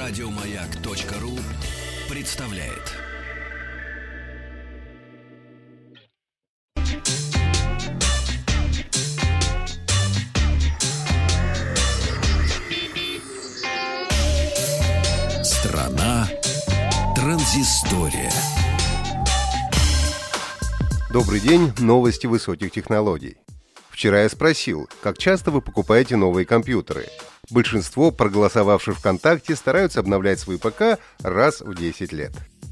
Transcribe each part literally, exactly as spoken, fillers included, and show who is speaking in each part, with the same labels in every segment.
Speaker 1: Радиомаяк.ру представляет. Страна транзистория.
Speaker 2: Добрый день, новости высоких технологий. Вчера я спросил, как часто вы покупаете новые компьютеры. Большинство проголосовавших ВКонтакте стараются обновлять свой ПК раз в десять лет.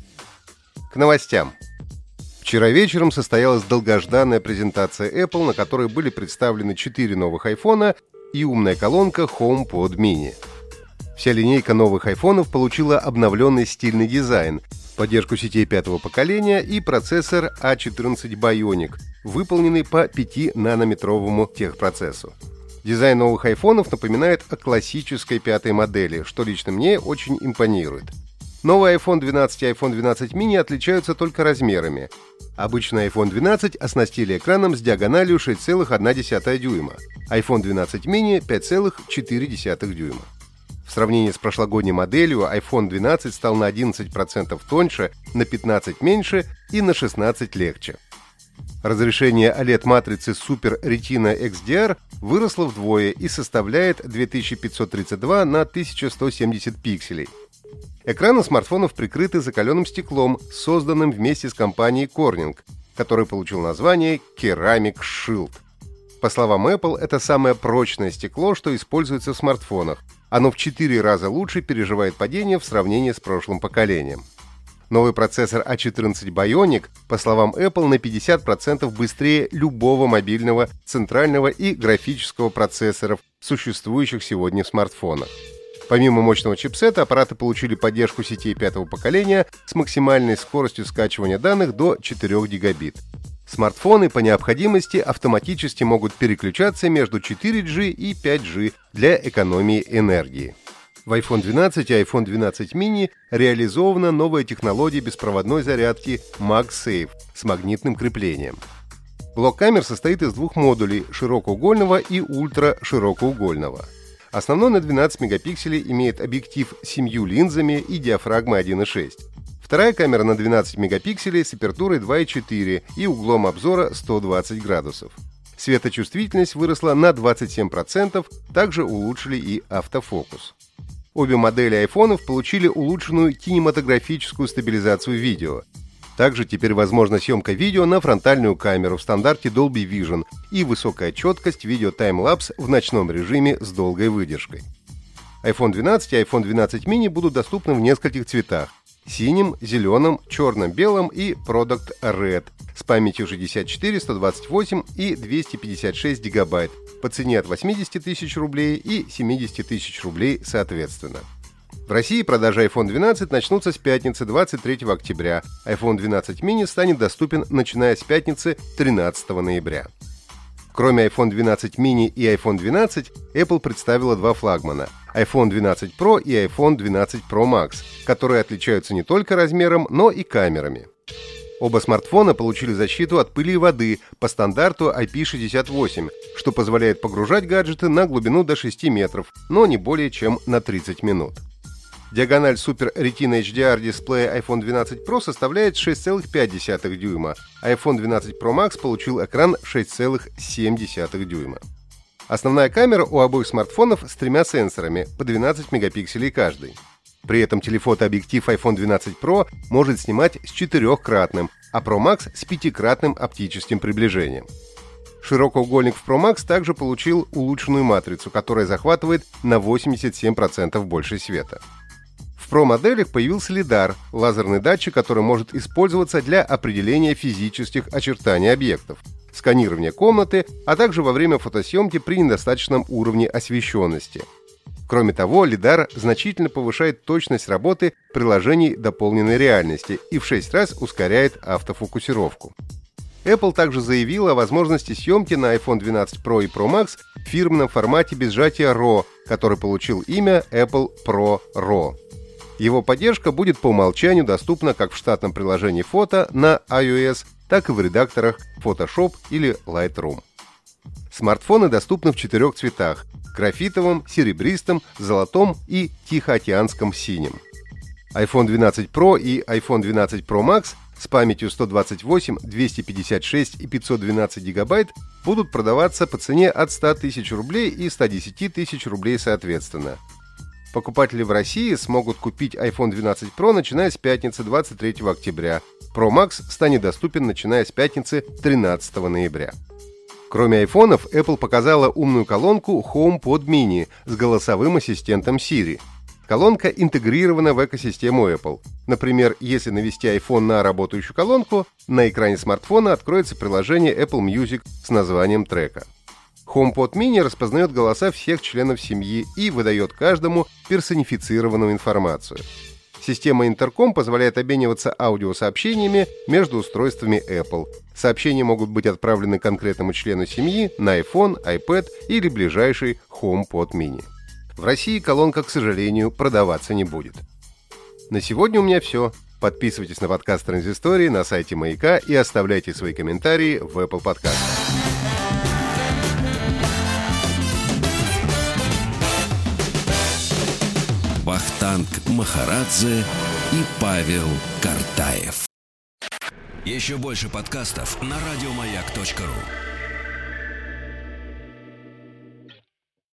Speaker 2: К новостям. Вчера вечером состоялась долгожданная презентация Apple, на которой были представлены четыре новых айфона и умная колонка HomePod Mini. Вся линейка новых айфонов получила обновленный стильный дизайн, поддержку сетей пятого поколения и процессор а четырнадцать Bionic, выполненный по пятинанометровому техпроцессу. Дизайн новых айфонов напоминает о классической пятой модели, что лично мне очень импонирует. Новый iPhone двенадцать и iPhone двенадцать mini отличаются только размерами. Обычный iPhone двенадцать оснастили экраном с диагональю шесть целых одна десятая дюйма, iPhone двенадцать mini — пять целых четыре десятых дюйма. В сравнении с прошлогодней моделью iPhone двенадцать стал на одиннадцать процентов тоньше, на пятнадцать процентов меньше и на шестнадцать процентов легче. Разрешение о лед-матрицы Super Retina икс ди ар выросло вдвое и составляет две тысячи пятьсот тридцать два на тысяча сто семьдесят пикселей. Экраны смартфонов прикрыты закаленным стеклом, созданным вместе с компанией Corning, который получил название Ceramic Shield. По словам Apple, это самое прочное стекло, что используется в смартфонах. Оно в четыре раза лучше переживает падение в сравнении с прошлым поколением. Новый процессор а четырнадцать Bionic, по словам Apple, на пятьдесят процентов быстрее любого мобильного, центрального и графического процессоров, существующих сегодня в смартфонах. Помимо мощного чипсета, аппараты получили поддержку сетей пятого поколения с максимальной скоростью скачивания данных до четыре гигабит. Смартфоны по необходимости автоматически могут переключаться между четыре джи и пять джи для экономии энергии. В iPhone двенадцать и iPhone двенадцать mini реализована новая технология беспроводной зарядки MagSafe с магнитным креплением. Блок камер состоит из двух модулей – широкоугольного и ультраширокоугольного. Основной на двенадцать мегапикселей имеет объектив с семью линзами и диафрагмой один и шесть. Вторая камера на двенадцать мегапикселей с апертурой два и четыре и углом обзора сто двадцать градусов. Светочувствительность выросла на двадцать семь процентов, также улучшили и автофокус. Обе модели айфонов получили улучшенную кинематографическую стабилизацию видео. Также теперь возможна съемка видео на фронтальную камеру в стандарте Dolby Vision и высокая четкость видео таймлапс в ночном режиме с долгой выдержкой. iPhone двенадцать и iPhone двенадцать mini будут доступны в нескольких цветах – синим, зеленым, черным, белым и Product Red с памятью шестьдесят четыре, сто двадцать восемь и двести пятьдесят шесть гигабайт по цене от восемьдесят тысяч рублей и семьдесят тысяч рублей соответственно. В России продажи iPhone двенадцать начнутся с пятницы двадцать третьего октября. iPhone двенадцать mini станет доступен начиная с пятницы тринадцатого ноября. Кроме iPhone двенадцать mini и iPhone двенадцать, Apple представила два флагмана – iPhone двенадцать Pro и iPhone двенадцать Pro Max, которые отличаются не только размером, но и камерами. Оба смартфона получили защиту от пыли и воды по стандарту ай пи шестьдесят восемь, что позволяет погружать гаджеты на глубину до шести метров, но не более чем на тридцать минут. Диагональ Super Retina эйч ди ар дисплея iPhone двенадцать Pro составляет шесть целых пять десятых дюйма, а iPhone двенадцать Pro Max получил экран шесть целых семь десятых дюйма. Основная камера у обоих смартфонов с тремя сенсорами по двенадцать мегапикселей каждый. При этом телефотообъектив iPhone двенадцать Pro может снимать с четырехкратным, а Pro Max с пятикратным оптическим приближением. Широкоугольник в Pro Max также получил улучшенную матрицу, которая захватывает на восемьдесят семь процентов больше света. В Pro-моделях появился лидар – лазерный датчик, который может использоваться для определения физических очертаний объектов, сканирования комнаты, а также во время фотосъемки при недостаточном уровне освещенности. Кроме того, лидар значительно повышает точность работы приложений дополненной реальности и в шесть раз ускоряет автофокусировку. Apple также заявила о возможности съемки на iPhone двенадцать Pro и Pro Max в фирменном формате без сжатия эр о, который получил имя Apple Pro RAW. Его поддержка будет по умолчанию доступна как в штатном приложении фото на iOS, так и в редакторах Photoshop или Lightroom. Смартфоны доступны в четырех цветах – графитовом, серебристом, золотом и тихоокеанском синем. айфон двенадцать про и айфон двенадцать про макс с памятью сто двадцать восемь, двести пятьдесят шесть и пятьсот двенадцать гигабайт будут продаваться по цене от ста тысяч рублей и ста десяти тысяч рублей соответственно. Покупатели в России смогут купить айфон двенадцать про, начиная с пятницы двадцать третьего октября. Pro Max станет доступен, начиная с пятницы тринадцатого ноября. Кроме айфонов, Apple показала умную колонку HomePod Mini с голосовым ассистентом Siri. Колонка интегрирована в экосистему Apple. Например, если навести iPhone на работающую колонку, на экране смартфона откроется приложение Apple Music с названием трека. HomePod Mini распознает голоса всех членов семьи и выдает каждому персонифицированную информацию. Система Intercom позволяет обмениваться аудиосообщениями между устройствами Apple. Сообщения могут быть отправлены конкретному члену семьи на iPhone, iPad или ближайший HomePod Mini. В России колонка, к сожалению, продаваться не будет. На сегодня у меня все. Подписывайтесь на подкаст Транзистории на сайте Маяка и оставляйте свои комментарии в Apple Podcast.
Speaker 1: Вахтанг Махарадзе и Павел Картаев. Еще больше подкастов на радиомаяк точка ру.